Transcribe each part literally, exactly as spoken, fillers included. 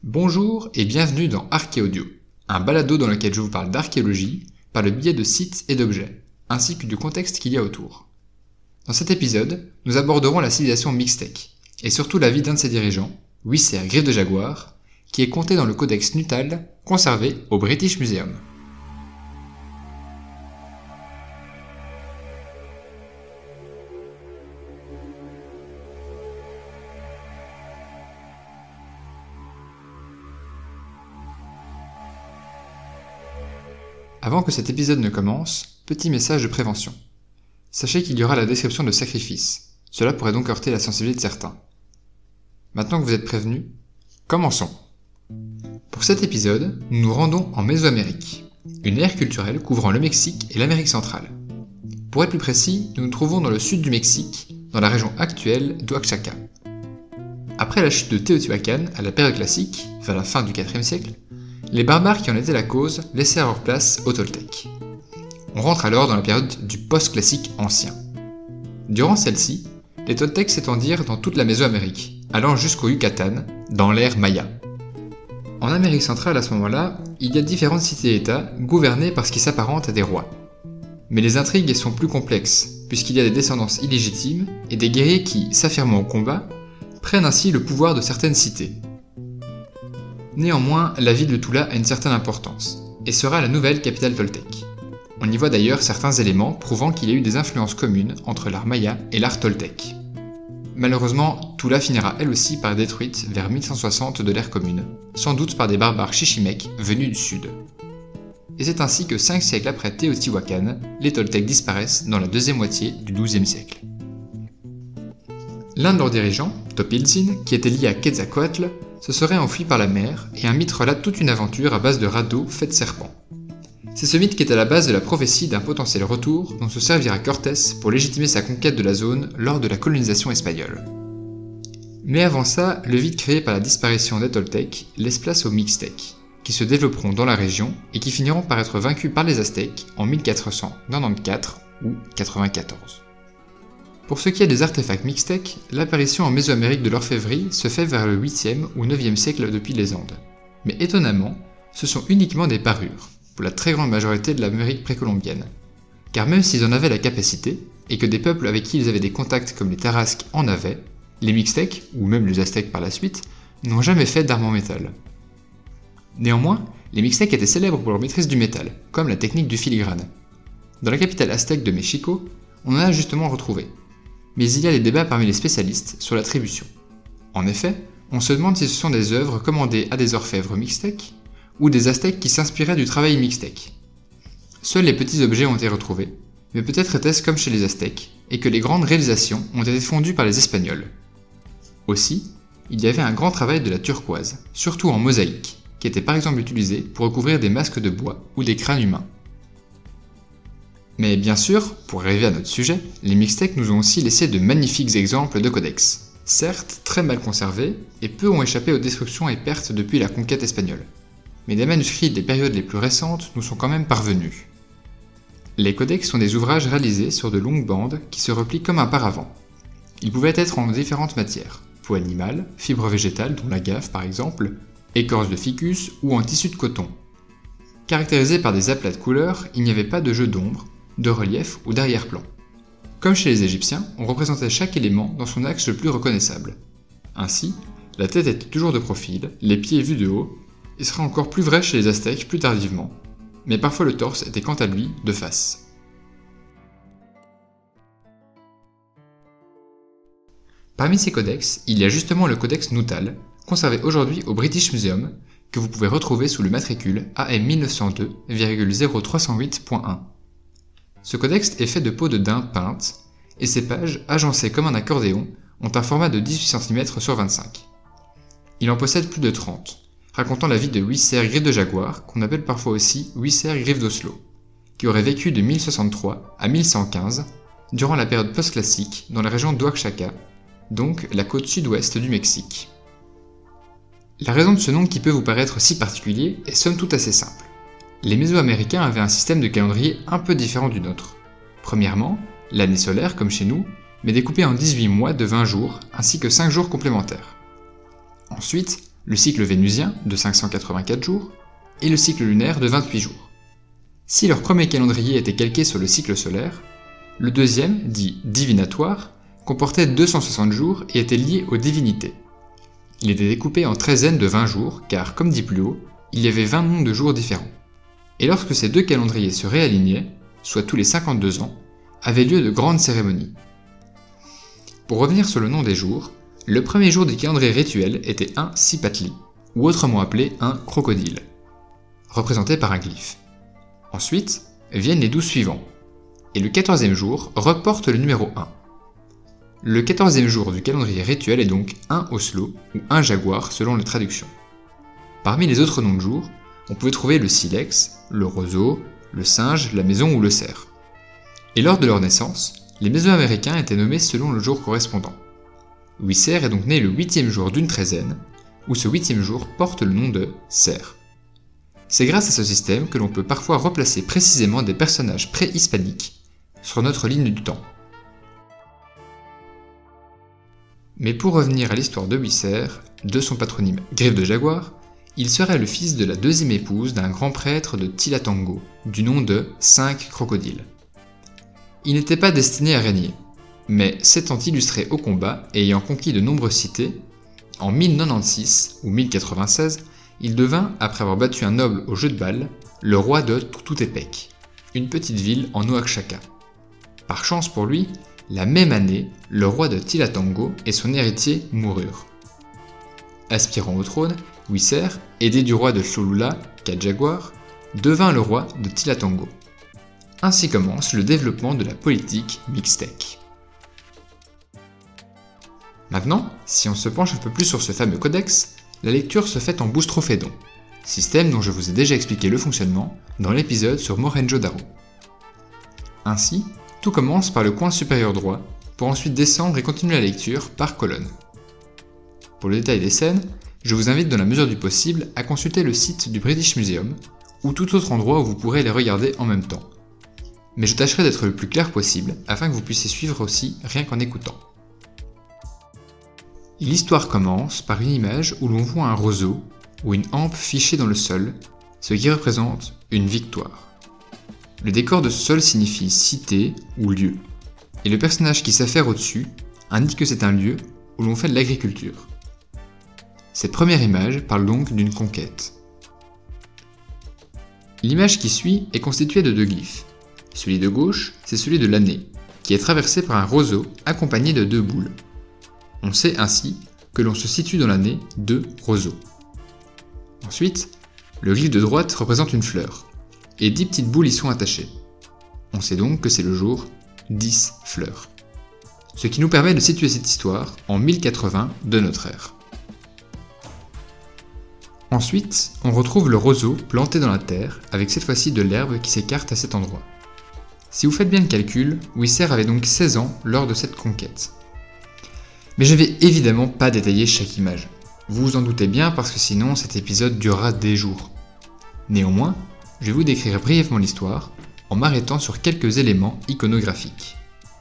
Bonjour et bienvenue dans Archéaudio, un balado dans lequel je vous parle d'archéologie par le biais de sites et d'objets, ainsi que du contexte qu'il y a autour. Dans cet épisode, nous aborderons la civilisation mixtèque, et surtout la vie d'un de ses dirigeants, Wiser Griffe de Jaguar, qui est compté dans le codex Nuttall, conservé au British Museum. Avant que cet épisode ne commence, petit message de prévention. Sachez qu'il y aura la description de sacrifices. Cela pourrait donc heurter la sensibilité de certains. Maintenant que vous êtes prévenus, commençons. Pour cet épisode, nous nous rendons en Mésoamérique, une aire culturelle couvrant le Mexique et l'Amérique centrale. Pour être plus précis, nous nous trouvons dans le sud du Mexique, dans la région actuelle d'Oaxaca. Après la chute de Teotihuacan à la période classique, vers la fin du quatrième siècle, les barbares qui en étaient la cause laissèrent leur place aux Toltèques. On rentre alors dans la période du post-classique ancien. Durant celle-ci, les Toltèques s'étendirent dans toute la Mésoamérique, allant jusqu'au Yucatan, dans l'ère Maya. En Amérique centrale à ce moment-là, il y a différentes cités-États gouvernées par ce qui s'apparente à des rois. Mais les intrigues sont plus complexes, puisqu'il y a des descendances illégitimes et des guerriers qui, s'affirmant au combat, prennent ainsi le pouvoir de certaines cités. Néanmoins, la ville de Tula a une certaine importance, et sera la nouvelle capitale toltèque. On y voit d'ailleurs certains éléments prouvant qu'il y a eu des influences communes entre l'art maya et l'art toltèque. Malheureusement, Tula finira elle aussi par être détruite vers mille cent soixante de l'ère commune, sans doute par des barbares chichimeques venus du sud. Et c'est ainsi que cinq siècles après Teotihuacan, les Toltèques disparaissent dans la deuxième moitié du douzième siècle. L'un de leurs dirigeants, Topiltzin, qui était lié à Quetzalcoatl, se serait enfui par la mer, et un mythe relate toute une aventure à base de radeaux faits de serpents. C'est ce mythe qui est à la base de la prophétie d'un potentiel retour dont se servira Cortés pour légitimer sa conquête de la zone lors de la colonisation espagnole. Mais avant ça, le vide créé par la disparition des Toltèques laisse place aux Mixtèques, qui se développeront dans la région et qui finiront par être vaincus par les Aztèques en mille quatre cent quatre-vingt-quatorze ou quatre-vingt-quatorze. Pour ce qui est des artefacts mixtèques, l'apparition en Mésoamérique de l'orfèvrerie se fait vers le huitième ou neuvième siècle depuis les Andes. Mais étonnamment, ce sont uniquement des parures, pour la très grande majorité de l'Amérique précolombienne. Car même s'ils en avaient la capacité, et que des peuples avec qui ils avaient des contacts comme les Tarasques en avaient, les Mixtèques, ou même les Aztèques par la suite, n'ont jamais fait d'armes en métal. Néanmoins, les Mixtèques étaient célèbres pour leur maîtrise du métal, comme la technique du filigrane. Dans la capitale aztèque de Mexico, on en a justement retrouvé. Mais il y a des débats parmi les spécialistes sur l'attribution. En effet, on se demande si ce sont des œuvres commandées à des orfèvres mixtèques ou des aztèques qui s'inspiraient du travail mixtèque. Seuls les petits objets ont été retrouvés, mais peut-être était-ce comme chez les aztèques, et que les grandes réalisations ont été fondues par les Espagnols. Aussi, il y avait un grand travail de la turquoise, surtout en mosaïque, qui était par exemple utilisé pour recouvrir des masques de bois ou des crânes humains. Mais bien sûr, pour arriver à notre sujet, les Mixtèques nous ont aussi laissé de magnifiques exemples de codex, certes très mal conservés, et peu ont échappé aux destructions et pertes depuis la conquête espagnole. Mais des manuscrits des périodes les plus récentes nous sont quand même parvenus. Les codex sont des ouvrages réalisés sur de longues bandes qui se replient comme un paravent. Ils pouvaient être en différentes matières, peau animale, fibres végétales dont l'agave par exemple, écorce de ficus ou en tissu de coton. Caractérisés par des aplats de couleurs, il n'y avait pas de jeu d'ombre, de relief ou d'arrière-plan. Comme chez les Égyptiens, on représentait chaque élément dans son axe le plus reconnaissable. Ainsi, la tête était toujours de profil, les pieds vus de haut, et sera encore plus vrai chez les Aztèques plus tardivement, mais parfois le torse était quant à lui de face. Parmi ces codex, il y a justement le codex Nuttall, conservé aujourd'hui au British Museum, que vous pouvez retrouver sous le matricule A M mille neuf cent deux zéro trois zéro huit point un. Ce codex est fait de peau de daim peinte, et ses pages, agencées comme un accordéon, ont un format de dix-huit centimètres sur vingt-cinq. Il en possède plus de trente, racontant la vie de Wiser Griffe de Jaguar, qu'on appelle parfois aussi Wiser Griffe d'Oslo, qui aurait vécu de mille soixante-trois à mille cent quinze, durant la période post-classique, dans la région d'Oaxaca, donc la côte sud-ouest du Mexique. La raison de ce nom qui peut vous paraître si particulier est somme toute assez simple. Les Mésoaméricains avaient un système de calendrier un peu différent du nôtre. Premièrement, l'année solaire, comme chez nous, mais découpée en dix-huit mois de vingt jours, ainsi que cinq jours complémentaires. Ensuite, le cycle vénusien de cinq cent quatre-vingt-quatre jours et le cycle lunaire de vingt-huit jours. Si leur premier calendrier était calqué sur le cycle solaire, le deuxième, dit divinatoire, comportait deux cent soixante jours et était lié aux divinités. Il était découpé en treizaines de vingt jours, car, comme dit plus haut, il y avait vingt noms de jours différents. Et lorsque ces deux calendriers se réalignaient, soit tous les cinquante-deux ans, avaient lieu de grandes cérémonies. Pour revenir sur le nom des jours, le premier jour du calendrier rituel était un Sipatli, ou autrement appelé un crocodile, représenté par un glyphe. Ensuite, viennent les douze suivants, et le quatorzième jour reporte le numéro un. Le quatorzième jour du calendrier rituel est donc un Oslo ou un Jaguar selon les traductions. Parmi les autres noms de jours, on pouvait trouver le silex, le roseau, le singe, la maison ou le cerf. Et lors de leur naissance, les Mésoaméricains étaient nommés selon le jour correspondant. Wisser est donc né le huitième jour d'une treizaine, où ce huitième jour porte le nom de cerf. C'est grâce à ce système que l'on peut parfois replacer précisément des personnages préhispaniques sur notre ligne du temps. Mais pour revenir à l'histoire de Wisser, de son patronyme Griffe de Jaguar, il serait le fils de la deuxième épouse d'un grand prêtre de Tilatango, du nom de Cinq Crocodiles. Il n'était pas destiné à régner, mais s'étant illustré au combat et ayant conquis de nombreuses cités, en mille quatre-vingt-seize ou mille quatre-vingt-seize, il devint, après avoir battu un noble au jeu de balle, le roi de Tututepec, une petite ville en Oaxaca. Par chance pour lui, la même année, le roi de Tilatango et son héritier moururent. Aspirant au trône, Wisser, aidé du roi de Cholula, Cajaguar, devint le roi de Tilatango. Ainsi commence le développement de la politique mixtèque. Maintenant, si on se penche un peu plus sur ce fameux codex, la lecture se fait en boustrophédon, système dont je vous ai déjà expliqué le fonctionnement dans l'épisode sur Mohenjo-Daro. Ainsi, tout commence par le coin supérieur droit, pour ensuite descendre et continuer la lecture par colonne. Pour le détail des scènes, je vous invite dans la mesure du possible à consulter le site du British Museum, ou tout autre endroit où vous pourrez les regarder en même temps. Mais je tâcherai d'être le plus clair possible, afin que vous puissiez suivre aussi rien qu'en écoutant. L'histoire commence par une image où l'on voit un roseau ou une hampe fichée dans le sol, ce qui représente une victoire. Le décor de ce sol signifie cité ou lieu, et le personnage qui s'affaire au-dessus indique que c'est un lieu où l'on fait de l'agriculture. Cette première image parle donc d'une conquête. L'image qui suit est constituée de deux glyphes. Celui de gauche, c'est celui de l'année, qui est traversé par un roseau accompagné de deux boules. On sait ainsi que l'on se situe dans l'année deux roseaux. Ensuite, le glyphe de droite représente une fleur, et dix petites boules y sont attachées. On sait donc que c'est le jour dix fleurs. Ce qui nous permet de situer cette histoire en mille quatre-vingts de notre ère. Ensuite, on retrouve le roseau planté dans la terre, avec cette fois-ci de l'herbe qui s'écarte à cet endroit. Si vous faites bien le calcul, Wisser avait donc seize ans lors de cette conquête. Mais je ne vais évidemment pas détailler chaque image. Vous vous en doutez bien parce que sinon cet épisode durera des jours. Néanmoins, je vais vous décrire brièvement l'histoire en m'arrêtant sur quelques éléments iconographiques.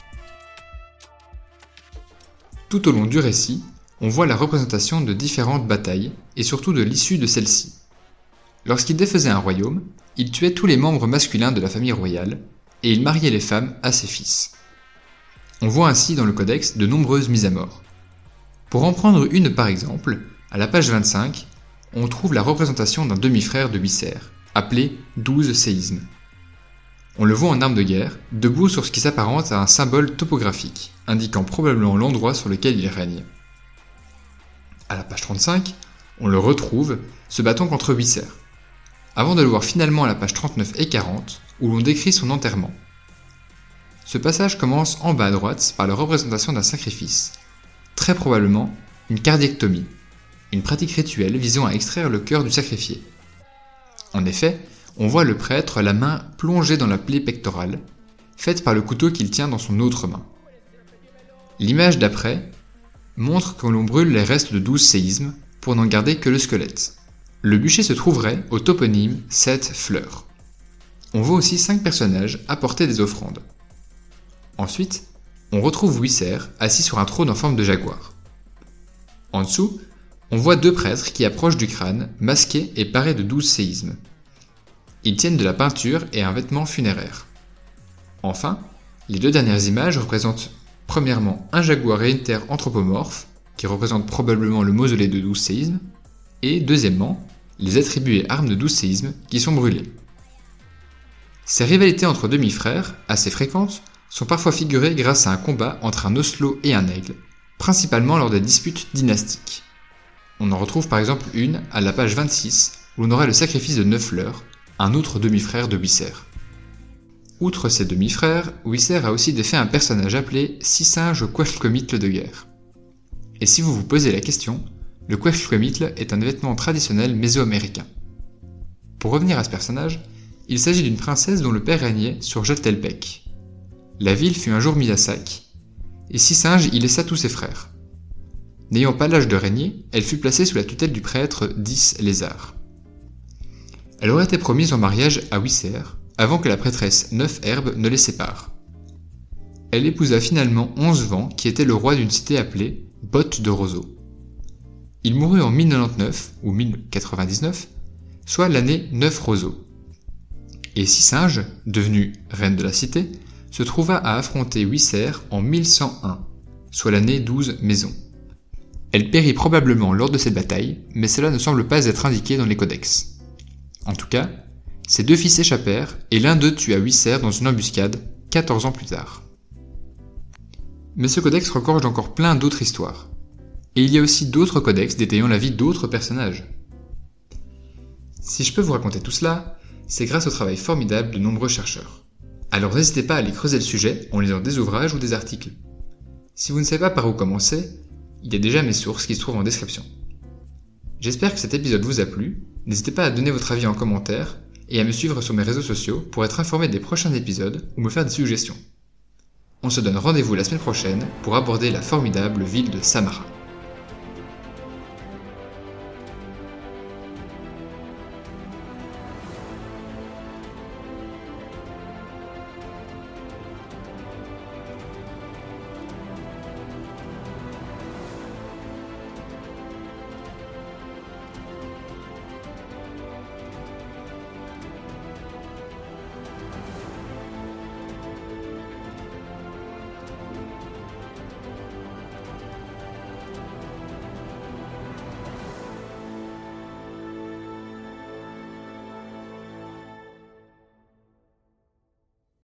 Tout au long du récit, on voit la représentation de différentes batailles et surtout de l'issue de celles-ci. Lorsqu'il défaisait un royaume, il tuait tous les membres masculins de la famille royale et il mariait les femmes à ses fils. On voit ainsi dans le codex de nombreuses mises à mort. Pour en prendre une par exemple, à la page vingt-cinq, on trouve la représentation d'un demi-frère de Wisser, appelé douze séismes. On le voit en arme de guerre, debout sur ce qui s'apparente à un symbole topographique, indiquant probablement l'endroit sur lequel il règne. À la page trente-cinq, on le retrouve se battant contre Wisser, avant de le voir finalement à la page trente-neuf et quarante, où l'on décrit son enterrement. Ce passage commence en bas à droite par la représentation d'un sacrifice, très probablement une cardiectomie, une pratique rituelle visant à extraire le cœur du sacrifié. En effet, on voit le prêtre la main plongée dans la plaie pectorale, faite par le couteau qu'il tient dans son autre main. L'image d'après montre que l'on brûle les restes de douze séismes pour n'en garder que le squelette. Le bûcher se trouverait au toponyme sept fleurs. On voit aussi cinq personnages apporter des offrandes. Ensuite, on retrouve Wisser assis sur un trône en forme de jaguar. En dessous, On voit deux prêtres qui approchent du crâne, masqués et parés de douze séismes. Ils tiennent de la peinture et un vêtement funéraire. Enfin, les deux dernières images représentent premièrement un jaguar héréditaire anthropomorphe, qui représente probablement le mausolée de douze séismes, et deuxièmement, les attributs et armes de douze séismes qui sont brûlés. Ces rivalités entre demi-frères, assez fréquentes, sont parfois figurées grâce à un combat entre un oslo et un aigle, principalement lors des disputes dynastiques. On en retrouve par exemple une à la page vingt-six, où l'on aura le sacrifice de Neufleur, un autre demi-frère de Wissem. Outre ses demi-frères, Wissem a aussi défait un personnage appelé Sissinge Quetzalcoatl de guerre. Et si vous vous posez la question, le Quetzalcoatl est un vêtement traditionnel mésoaméricain. Pour revenir à ce personnage, il s'agit d'une princesse dont le père régnait sur Jaltelpec. La ville fut un jour mise à sac, et Sissinge y laissa tous ses frères. N'ayant pas l'âge de régner, elle fut placée sous la tutelle du prêtre Dix Lézard. Elle aurait été promise en mariage à Wissem avant que la prêtresse Neuf-Herbe ne les sépare. Elle épousa finalement Onze-Vents, qui était le roi d'une cité appelée Botte de Roseau. Il mourut en mille quatre-vingt-dix-neuf, ou mille quatre-vingt-dix-neuf, soit l'année Neuf Roseau. Et Sissinge, devenue reine de la cité, se trouva à affronter Wissem en mille cent un, soit l'année douze Maison. Elle périt probablement lors de cette bataille, mais cela ne semble pas être indiqué dans les codex. En tout cas, ses deux fils échappèrent et l'un d'eux tua Wissem dans une embuscade, quatorze ans plus tard. Mais ce codex regorge d'encore plein d'autres histoires. Et il y a aussi d'autres codex détaillant la vie d'autres personnages. Si je peux vous raconter tout cela, c'est grâce au travail formidable de nombreux chercheurs. Alors n'hésitez pas à aller creuser le sujet en lisant des ouvrages ou des articles. Si vous ne savez pas par où commencer, il y a déjà mes sources qui se trouvent en description. J'espère que cet épisode vous a plu, n'hésitez pas à donner votre avis en commentaire et à me suivre sur mes réseaux sociaux pour être informé des prochains épisodes ou me faire des suggestions. On se donne rendez-vous la semaine prochaine pour aborder la formidable ville de Samarra.